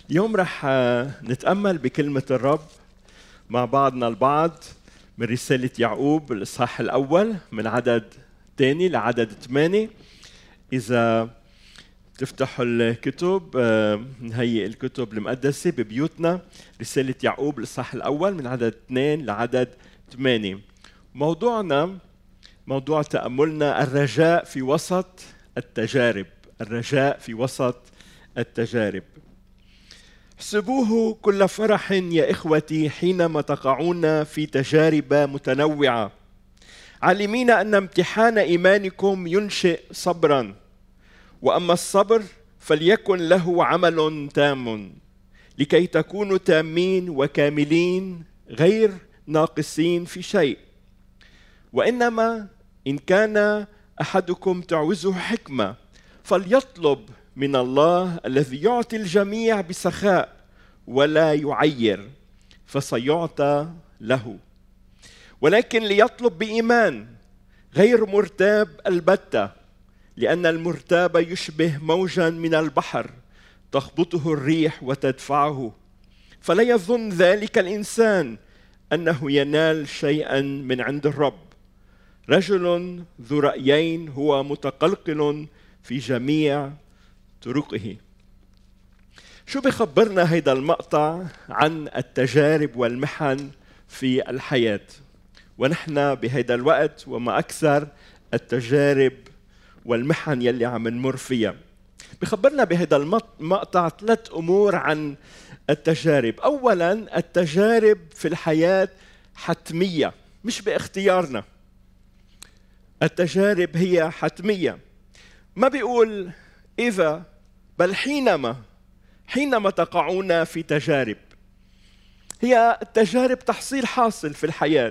اليوم رح نتأمل بكلمة الرب مع بعضنا البعض من رسالة يعقوب الإصحاح الأول من عدد 2 لعدد 8. إذا تفتحوا الكتب نهيئ الكتب المقدسة ببيوتنا. رسالة يعقوب الإصحاح الأول من عدد 2 لعدد 8. موضوع تأملنا الرجاء في وسط التجارب. الرجاء في وسط التجارب. احسبوه كل فرح يا إخوتي حينما تقعون في تجارب متنوعة، عالمين أن امتحان إيمانكم ينشئ صبرا، وأما الصبر فليكن له عمل تام، لكي تكونوا تامين وكاملين غير ناقصين في شيء. وإنما إن كان أحدكم تعوزه حكمة فليطلب من الله الذي يعطي الجميع بسخاء ولا يعير فسيعطى له، ولكن ليطلب بإيمان غير مرتاب البتة، لأن المرتاب يشبه موجا من البحر تخبطه الريح وتدفعه، فلا يظن ذلك الإنسان أنه ينال شيئا من عند الرب. رجل ذو رأيين هو متقلقل في جميع طرقه. شو بخبرنا هيدا المقطع عن التجارب والمحن في الحياة؟ ونحن بهيدا الوقت وما أكثر التجارب والمحن يلي عم نمر فيها. بخبرنا بهيدا المقطع 3 أمور عن التجارب. أولاً التجارب في الحياة حتمية، مش باختيارنا. التجارب هي حتمية، ما بيقول إذا بل حينما تقعون في تجارب. هي التجارب تحصيل حاصل في الحياة.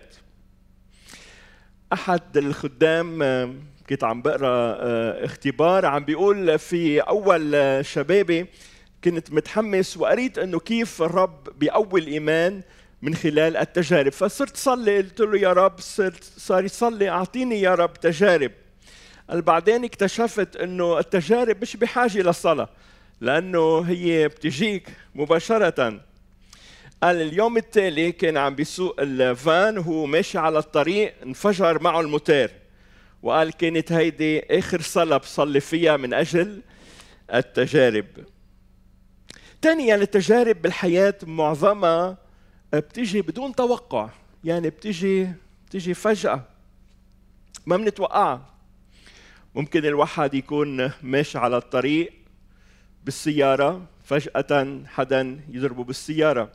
أحد الخدام كنت عم بقرأ اختبار عم بيقول في أول شبابي كنت متحمس وقريت أنه كيف الرب بيقوي الإيمان من خلال التجارب، فصرت صلي قلت له يا رب، صار يصلي أعطيني يا رب تجارب. بعدين اكتشفت أنه التجارب مش بحاجة للصلاة، لأنه هي بتجيك مباشرة. قال اليوم التالي كان عم بيسوق الفان وهو ماشي على الطريق انفجر معه الموتور، وقال كانت هيدي آخر صلاة بصلي فيها من أجل التجارب. ثانيا التجارب بالحياة معظمها بتيجي بدون توقع، يعني بتيجي فجأة ما بنتوقعها. ممكن الواحد يكون ماشي على الطريق بالسيارة، فجأة حدا يضربه بالسيارة.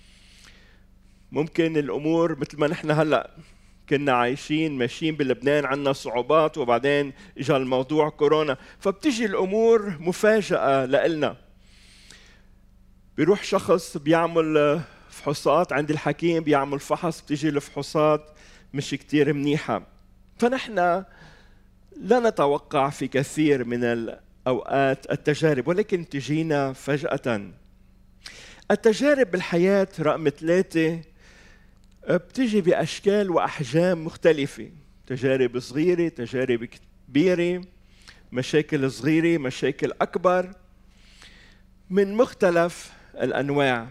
ممكن الأمور مثل ما نحن هلأ كنا عايشين ماشيين بلبنان عنا صعوبات، وبعدين إجا الموضوع كورونا، فبتجي الأمور مفاجأة لإلنا. بيروح شخص بيعمل فحوصات عند الحكيم، بيعمل فحص، بتجي الفحوصات مش كتير منيحة. فنحن لا نتوقع في كثير من الأوقات التجارب، ولكن تجينا فجأة. التجارب بالحياة رقم 3 بتجي بأشكال وأحجام مختلفة. تجارب صغيرة، تجارب كبيرة، مشاكل صغيرة، مشاكل أكبر، من مختلف الأنواع.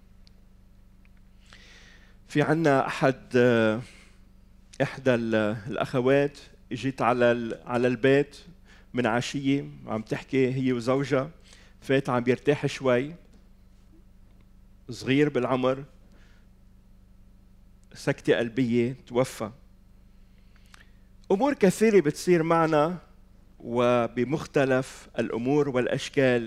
في عنا إحدى الأخوات اجت على البيت من عشية عم تحكي هي وزوجها، فات عم بيرتاح شوي، صغير بالعمر، سكتة قلبية، توفى. أمور كثيرة بتصير معنا وبمختلف الأمور والأشكال.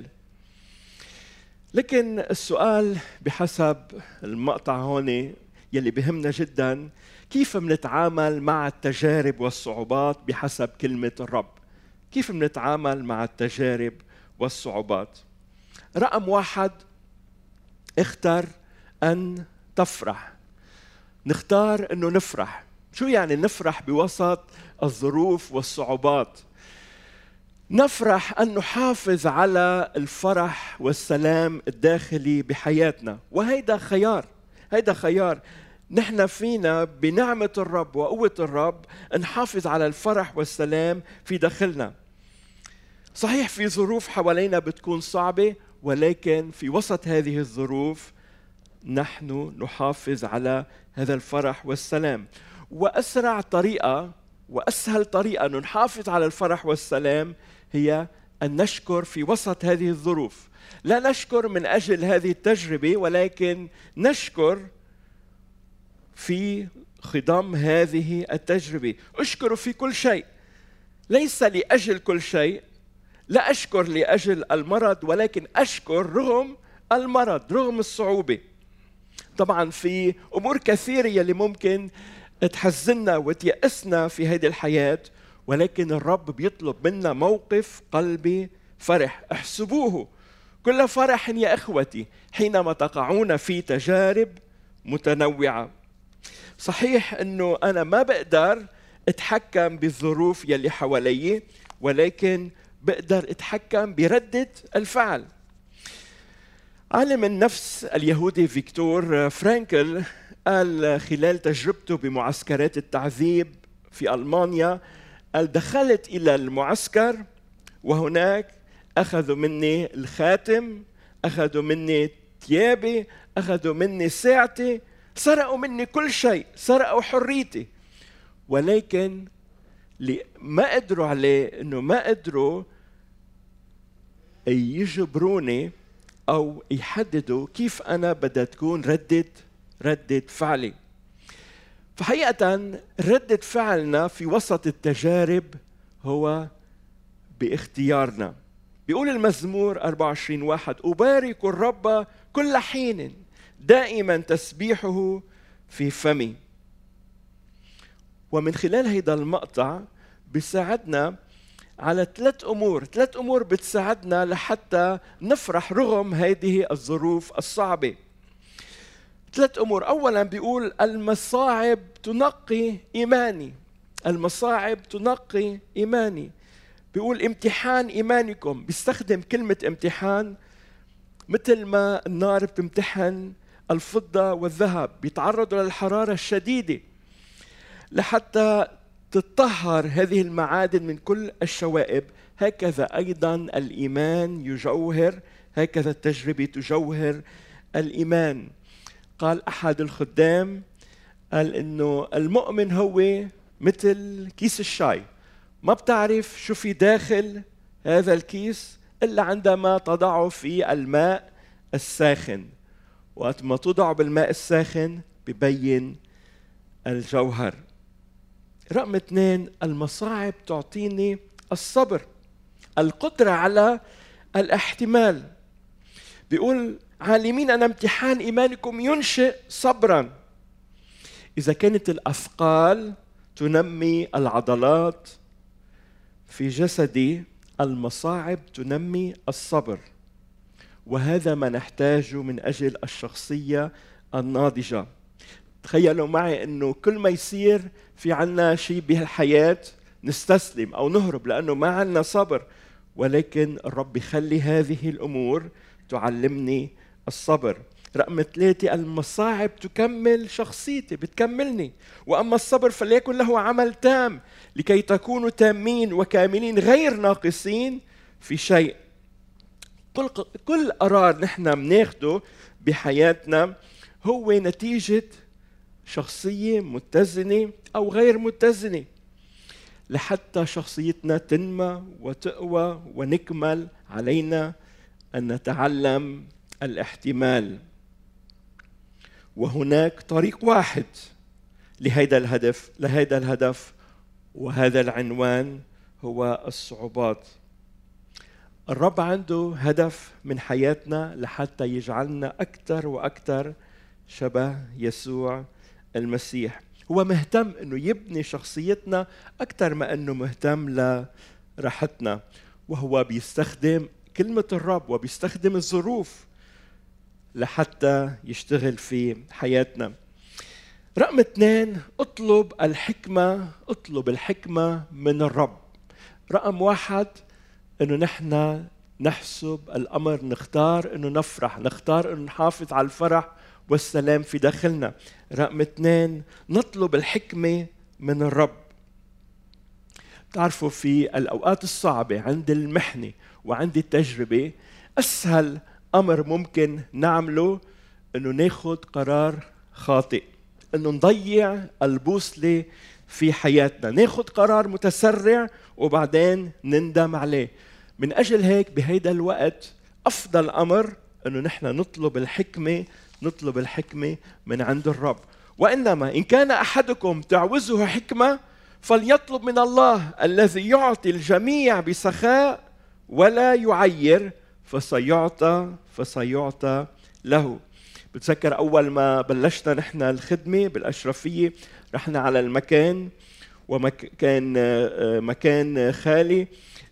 لكن السؤال بحسب المقطع هون يلي بهمنا جدا، كيف منتعامل مع التجارب والصعوبات بحسب كلمة الرب؟ كيف منتعامل مع التجارب والصعوبات؟ رقم 1 اختر أن تفرح. نختار أنه نفرح. شو يعني نفرح بوسط الظروف والصعوبات؟ نفرح أن نحافظ على الفرح والسلام الداخلي بحياتنا، وهيدا خيار. نحن فينا بنعمة الرب وقوة الرب نحافظ على الفرح والسلام في داخلنا. صحيح في ظروف حوالينا بتكون صعبة، ولكن في وسط هذه الظروف نحن نحافظ على هذا الفرح والسلام. وأسرع طريقة وأسهل طريقة أن نحافظ على الفرح والسلام هي أن نشكر في وسط هذه الظروف. لا نشكر من أجل هذه التجربة، ولكن نشكر في خضم هذه التجربة. أشكر في كل شيء، ليس لأجل كل شيء. لا أشكر لأجل المرض، ولكن أشكر رغم المرض، رغم الصعوبة. طبعا في أمور كثيرة يلي ممكن تحزننا وتيأسنا في هذه الحياة، ولكن الرب بيطلب منا موقف قلبي فرح. احسبوه كل فرح يا إخوتي حينما تقعون في تجارب متنوعة. صحيح أنه أنا ما بقدر أتحكم بالظروف يلي حوالي، ولكن بقدر أتحكم بردة الفعل. عالم النفس اليهودي فيكتور فرانكل قال خلال تجربته بمعسكرات التعذيب في ألمانيا، قال دخلت إلى المعسكر وهناك أخذوا مني الخاتم، أخذوا مني ثيابي، أخذوا مني ساعتي، سرقوا مني كل شيء، سرقوا حريتي. ولكن ما قدروا عليه، إنه ما قدروا يجبروني أو يحددوا كيف أنا بدها تكون ردة فعلي. فحقيقة ردة فعلنا في وسط التجارب هو باختيارنا. بيقول المزمور 24:1: أبارك الرب كل حين، دائما تسبيحه في فمي. ومن خلال هذا المقطع بيساعدنا على ثلاث أمور بتساعدنا لحتى نفرح رغم هذه الظروف الصعبة. ثلاث أمور. أولا بيقول المصاعب تنقي إيماني. المصاعب تنقي إيماني. بيقول امتحان إيمانكم. بيستخدم كلمة امتحان مثل ما النار بتمتحن الفضة والذهب، بيتعرضوا للحرارة الشديدة لحتى تطهر هذه المعادن من كل الشوائب. هكذا أيضا الإيمان يجوهر، هكذا التجربة تجوهر الإيمان. قال أحد الخدام، قال إنه المؤمن هو مثل كيس الشاي، ما بتعرف شو في داخل هذا الكيس إلا عندما تضعه في الماء الساخن. وقت ما تضعه بالماء الساخن ببين الجوهر. رقم 2، المصاعب تعطيني الصبر، القدرة على الاحتمال. بيقول عالمين أن امتحان إيمانكم ينشئ صبرا. إذا كانت الأثقال تنمي العضلات في جسدي، المصاعب تنمي الصبر، وهذا ما نحتاجه من أجل الشخصية الناضجة. تخيلوا معي أنه كل ما يصير في عنا شيء بهالحياة نستسلم أو نهرب لأنه ما عنا صبر، ولكن الرب يخلي هذه الأمور تعلمني الصبر. رقم 3، المصاعب تكمل شخصيتي، بتكملني. وأما الصبر فليكن له عمل تام لكي تكونوا تامين وكاملين غير ناقصين في شيء. كل قرار نحن بناخده بحياتنا هو نتيجة شخصية متزنة أو غير متزنة، لحتى شخصيتنا تنمى وتقوى ونكمل. علينا أن نتعلم الاحتمال. وهناك طريق واحد لهذا الهدف، وهذا العنوان هو الصعوبات. الرب عنده هدف من حياتنا لحتى يجعلنا أكثر وأكثر شبه يسوع المسيح. هو مهتم أنه يبني شخصيتنا أكثر ما أنه مهتم لراحتنا، وهو بيستخدم كلمة الرب وبيستخدم الظروف لحتى يشتغل في حياتنا. رقم 2، اطلب الحكمة من الرب. رقم 1، أنه نحن نحسب الأمر، نختار أنه نفرح، نختار أنه نحافظ على الفرح والسلام في داخلنا. رقم 2، نطلب الحكمة من الرب. تعرفوا في الأوقات الصعبة عند المحنة وعند التجربة أسهل أمر ممكن نعمله إنه ناخد قرار خاطئ، إنه نضيع البوصلة في حياتنا، ناخد قرار متسرع وبعدين نندم عليه. من أجل هيك بهيدا الوقت أفضل أمر إنه نحن نطلب الحكمة من عند الرب. وإنما إن كان أحدكم تعوزه حكمة فليطلب من الله الذي يعطي الجميع بسخاء ولا يعير فسيعطى له. بتذكر أول ما بلشنا نحن الخدمة بالأشرفية رحنا على المكان وكان مكان خالي،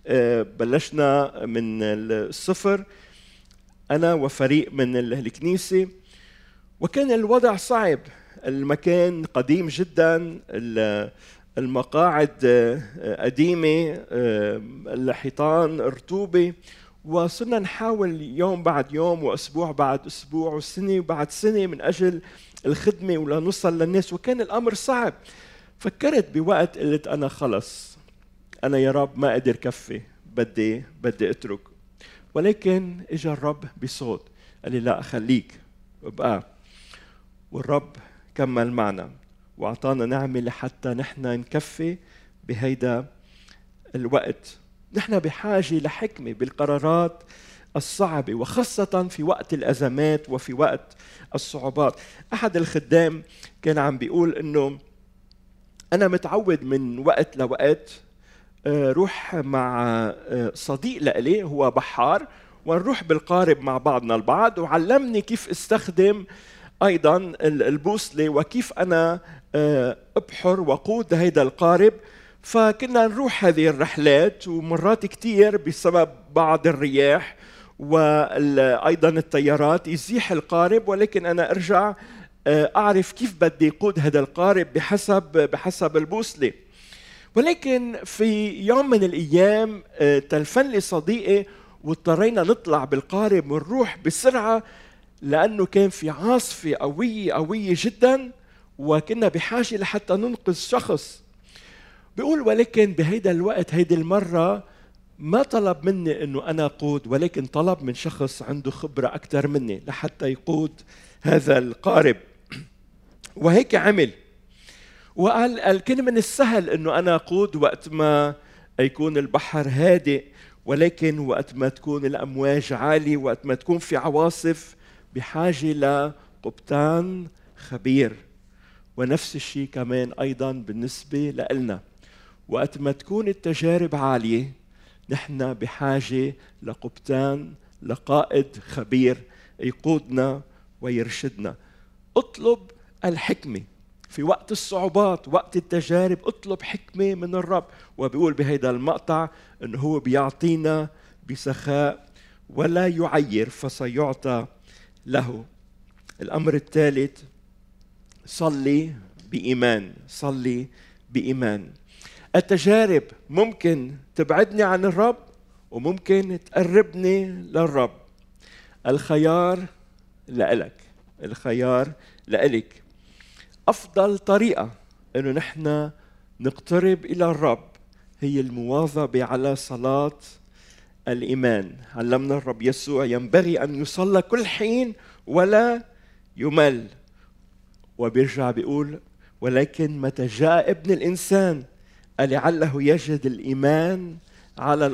بلشنا من الصفر أنا وفريق من الكنيسة، وكان الوضع صعب. المكان قديم جدا، المقاعد قديمة، الحيطان رطوبة، وصرنا نحاول يوم بعد يوم وأسبوع بعد أسبوع وسنة بعد سنة من أجل الخدمة ولا نوصل للناس، وكان الأمر صعب. فكرت بوقت قلت أنا خلص، أنا يا رب ما قدر كفي، بدي أترك. ولكن إجا الرب بصوت قال لي لا خليك ابقى، والرب كمل معنا وأعطانا نعمة لحتى نحن نكفي بهيدا الوقت. نحن بحاجة لحكمة بالقرارات الصعبة، وخاصة في وقت الأزمات وفي وقت الصعوبات. أحد الخدام كان عم بيقول إنه أنا متعود من وقت لوقت روح مع صديق لإلي هو بحار، ونروح بالقارب مع بعضنا البعض، وعلمني كيف استخدم أيضا البوصلة وكيف أنا أبحر وقود هيدا القارب. فكنا نروح هذه الرحلات، ومرات كتير بسبب بعض الرياح وأيضا التيارات يزيح القارب، ولكن أنا أرجع أعرف كيف بدي قود هذا القارب بحسب البوصلة. ولكن في يوم من الأيام تلفن لي صديقي واضطرينا نطلع بالقارب ونروح بسرعة، لأنه كان في عاصفة قوية جدا وكنا بحاجة لحتى ننقذ شخص. بيقول ولكن بهيدا الوقت هيدي المرة ما طلب مني أنه أنا قود، ولكن طلب من شخص عنده خبرة أكثر مني لحتى يقود هذا القارب، وهيك عمل. وقال كان من السهل أنه أنا أقود وقت ما يكون البحر هادئ، ولكن وقت ما تكون الأمواج عالية، وقت ما تكون في عواصف، بحاجة لقبطان خبير. ونفس الشيء كمان أيضا بالنسبة لنا، وقت ما تكون التجارب عالية نحن بحاجة لقبطان، لقائد خبير يقودنا ويرشدنا. اطلب الحكمة في وقت الصعوبات، وقت التجارب، اطلب حكمة من الرب. وبيقول بهيدا المقطع انه هو بيعطينا بسخاء ولا يعير فسيعطى له. الأمر الثالث، صلي بإيمان. التجارب ممكن تبعدني عن الرب وممكن تقربني للرب. الخيار لإلك. أفضل طريقة إنه نحن نقترب إلى الرب هي المواظبة على صلاة الإيمان. علمنا الرب يسوع ينبغي أن يصلى كل حين ولا يمل. وبيرجع بيقول ولكن متى جاء ابن الإنسان ألعله يجد الإيمان على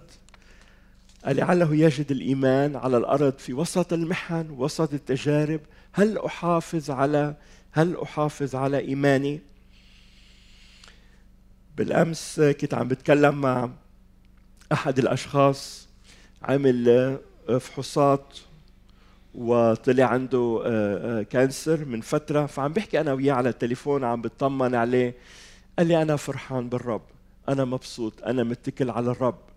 الأرض في وسط المحن، وسط التجارب. هل أحافظ على إيماني؟ بالأمس كنت عم بتكلم مع أحد الأشخاص عمل فحوصات وطلع عنده كانسر من فترة، فعم بحكي أنا وياه على التليفون، عم بطمن عليه. قال لي أنا فرحان بالرب، أنا مبسوط، أنا متكل على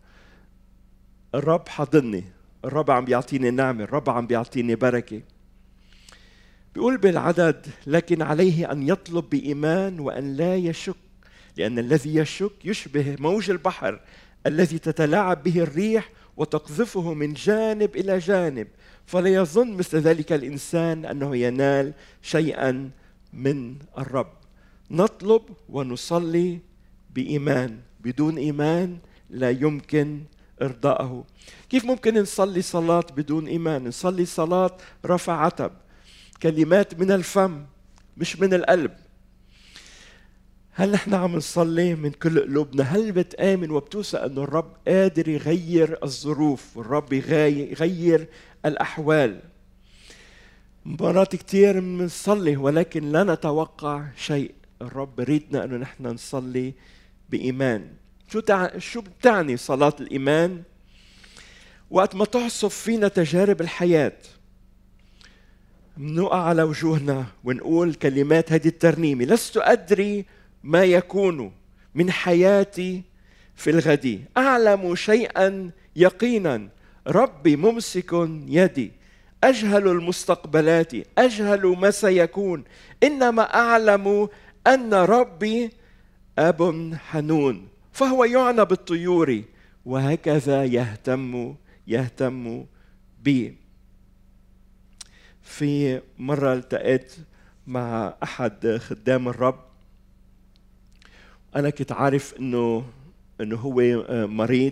الرب حضني، الرب عم بيعطيني نعمة، الرب عم بيعطيني بركة. بيقول بالعدد لكن عليه أن يطلب بإيمان وأن لا يشك، لأن الذي يشك يشبه موج البحر الذي تتلاعب به الريح وتقذفه من جانب إلى جانب، فلا يظن مثل ذلك الإنسان أنه ينال شيئا من الرب. نطلب ونصلي بإيمان، بدون إيمان لا يمكن إرضاءه. كيف ممكن نصلي صلاة بدون إيمان؟ نصلي صلاة رفع عتب، كلمات من الفم مش من القلب. هل نحن عم نصلي من كل قلوبنا؟ هل بتآمن وبتوثق أن الرب قادر يغير الظروف والرب يغير الأحوال؟ مرات كتير بنصلي ولكن لا نتوقع شيء. الرب يريدنا أنه نحن نصلي بإيمان. شو بتعني صلاة الإيمان؟ وقت ما تعصف فينا تجارب الحياة منوقع على وجوهنا ونقول كلمات هذه الترنيمة: لست أدري ما يكون من حياتي في الغد، أعلم شيئا يقينا ربي ممسك يدي، أجهل المستقبلات، أجهل ما سيكون، إنما أعلم أن ربي أب حنون فهو يعنى بالطيور وهكذا يهتم بي. في مرة التقيت مع أحد خدام الرب، أنا كنت عارف إنه هو مريض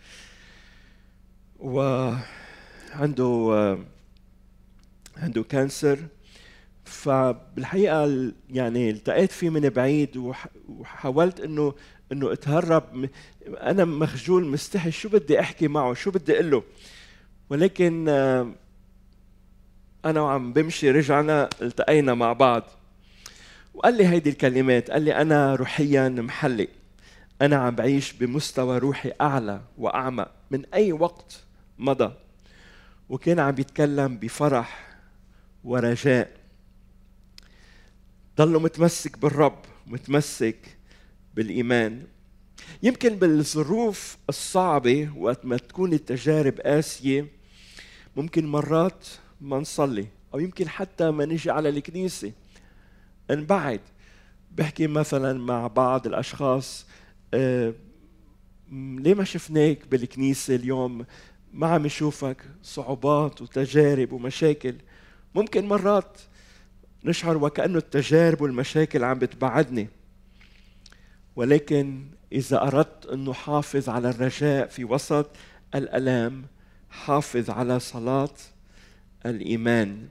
وعنده كانسر. فبالحقيقة يعني التقيت فيه من بعيد وحاولت إنه أتهرب. أنا مخجول مستحي، شو بدي أحكي معه، شو بدي أقول له. ولكن أنا وعم بمشي رجعنا التقينا مع بعض وقال لي هيدي الكلمات، قال لي: أنا روحياً محلق، أنا عم بعيش بمستوى روحي أعلى وأعمق من أي وقت مضى. وكان عم بيتكلم بفرح ورجاء، ضله متمسك بالرب، متمسك بالإيمان. يمكن بالظروف الصعبة وقت ما تكون التجارب قاسية ممكن مرات ما نصلي، أو يمكن حتى ما نجي على الكنيسة، نبعد. بحكي مثلا مع بعض الأشخاص: ليه ما شفناك بالكنيسة اليوم؟ ما عم نشوفك، صعوبات وتجارب ومشاكل. ممكن مرات نشعر وكأنه التجارب والمشاكل عم بتبعدني، ولكن إذا أردت أن نحافظ على الرجاء في وسط الألام، حافظ على صلاة الإيمان.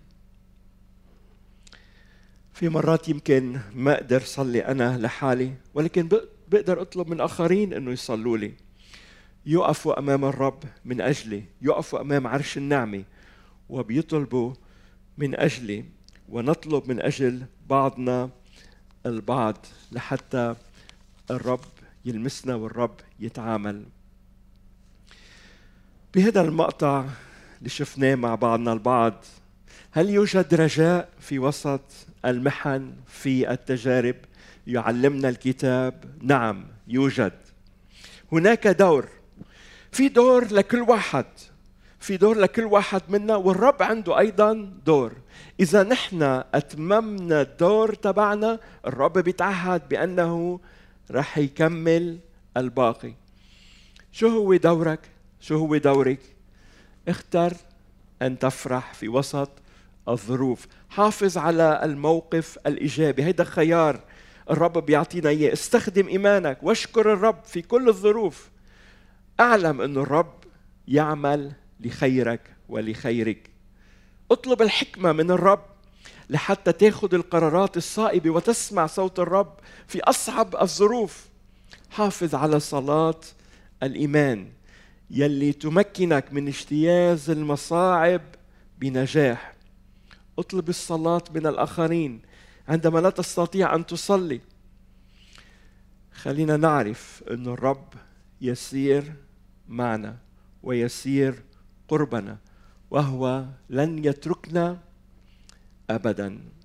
في مرات يمكن ما أقدر صلي أنا لحالي، ولكن بقدر أطلب من آخرين أنه يصلوا لي، يقفوا أمام الرب من أجلي، يقفوا أمام عرش النعمة وبيطلبوا من أجلي، ونطلب من أجل بعضنا البعض لحتى الرب يلمسنا والرب يتعامل. بهذا المقطع اللي شفناه مع بعضنا البعض، هل يوجد رجاء في وسط المحن في التجارب؟ يعلمنا الكتاب نعم يوجد. هناك دور، في دور لكل واحد، في دور لكل واحد منا، والرب عنده أيضا دور. إذا نحن أتممنا الدور تبعنا، الرب بيتعهد بأنه رح يكمل الباقي. شو هو دورك؟ شو هو دورك؟ اختر أن تفرح في وسط الظروف، حافظ على الموقف الإيجابي. هيدا خيار الرب بيعطينا إياه. استخدم إيمانك واشكر الرب في كل الظروف. أعلم أن الرب يعمل لخيرك ولخيرك. اطلب الحكمة من الرب لحتى تأخذ القرارات الصائبة وتسمع صوت الرب في أصعب الظروف. حافظ على صلاة الإيمان يلي تمكنك من اجتياز المصاعب بنجاح. اطلب الصلاة من الآخرين عندما لا تستطيع أن تصلي. خلينا نعرف أن الرب يسير معنا ويسير قربنا، وهو لن يتركنا أبداً.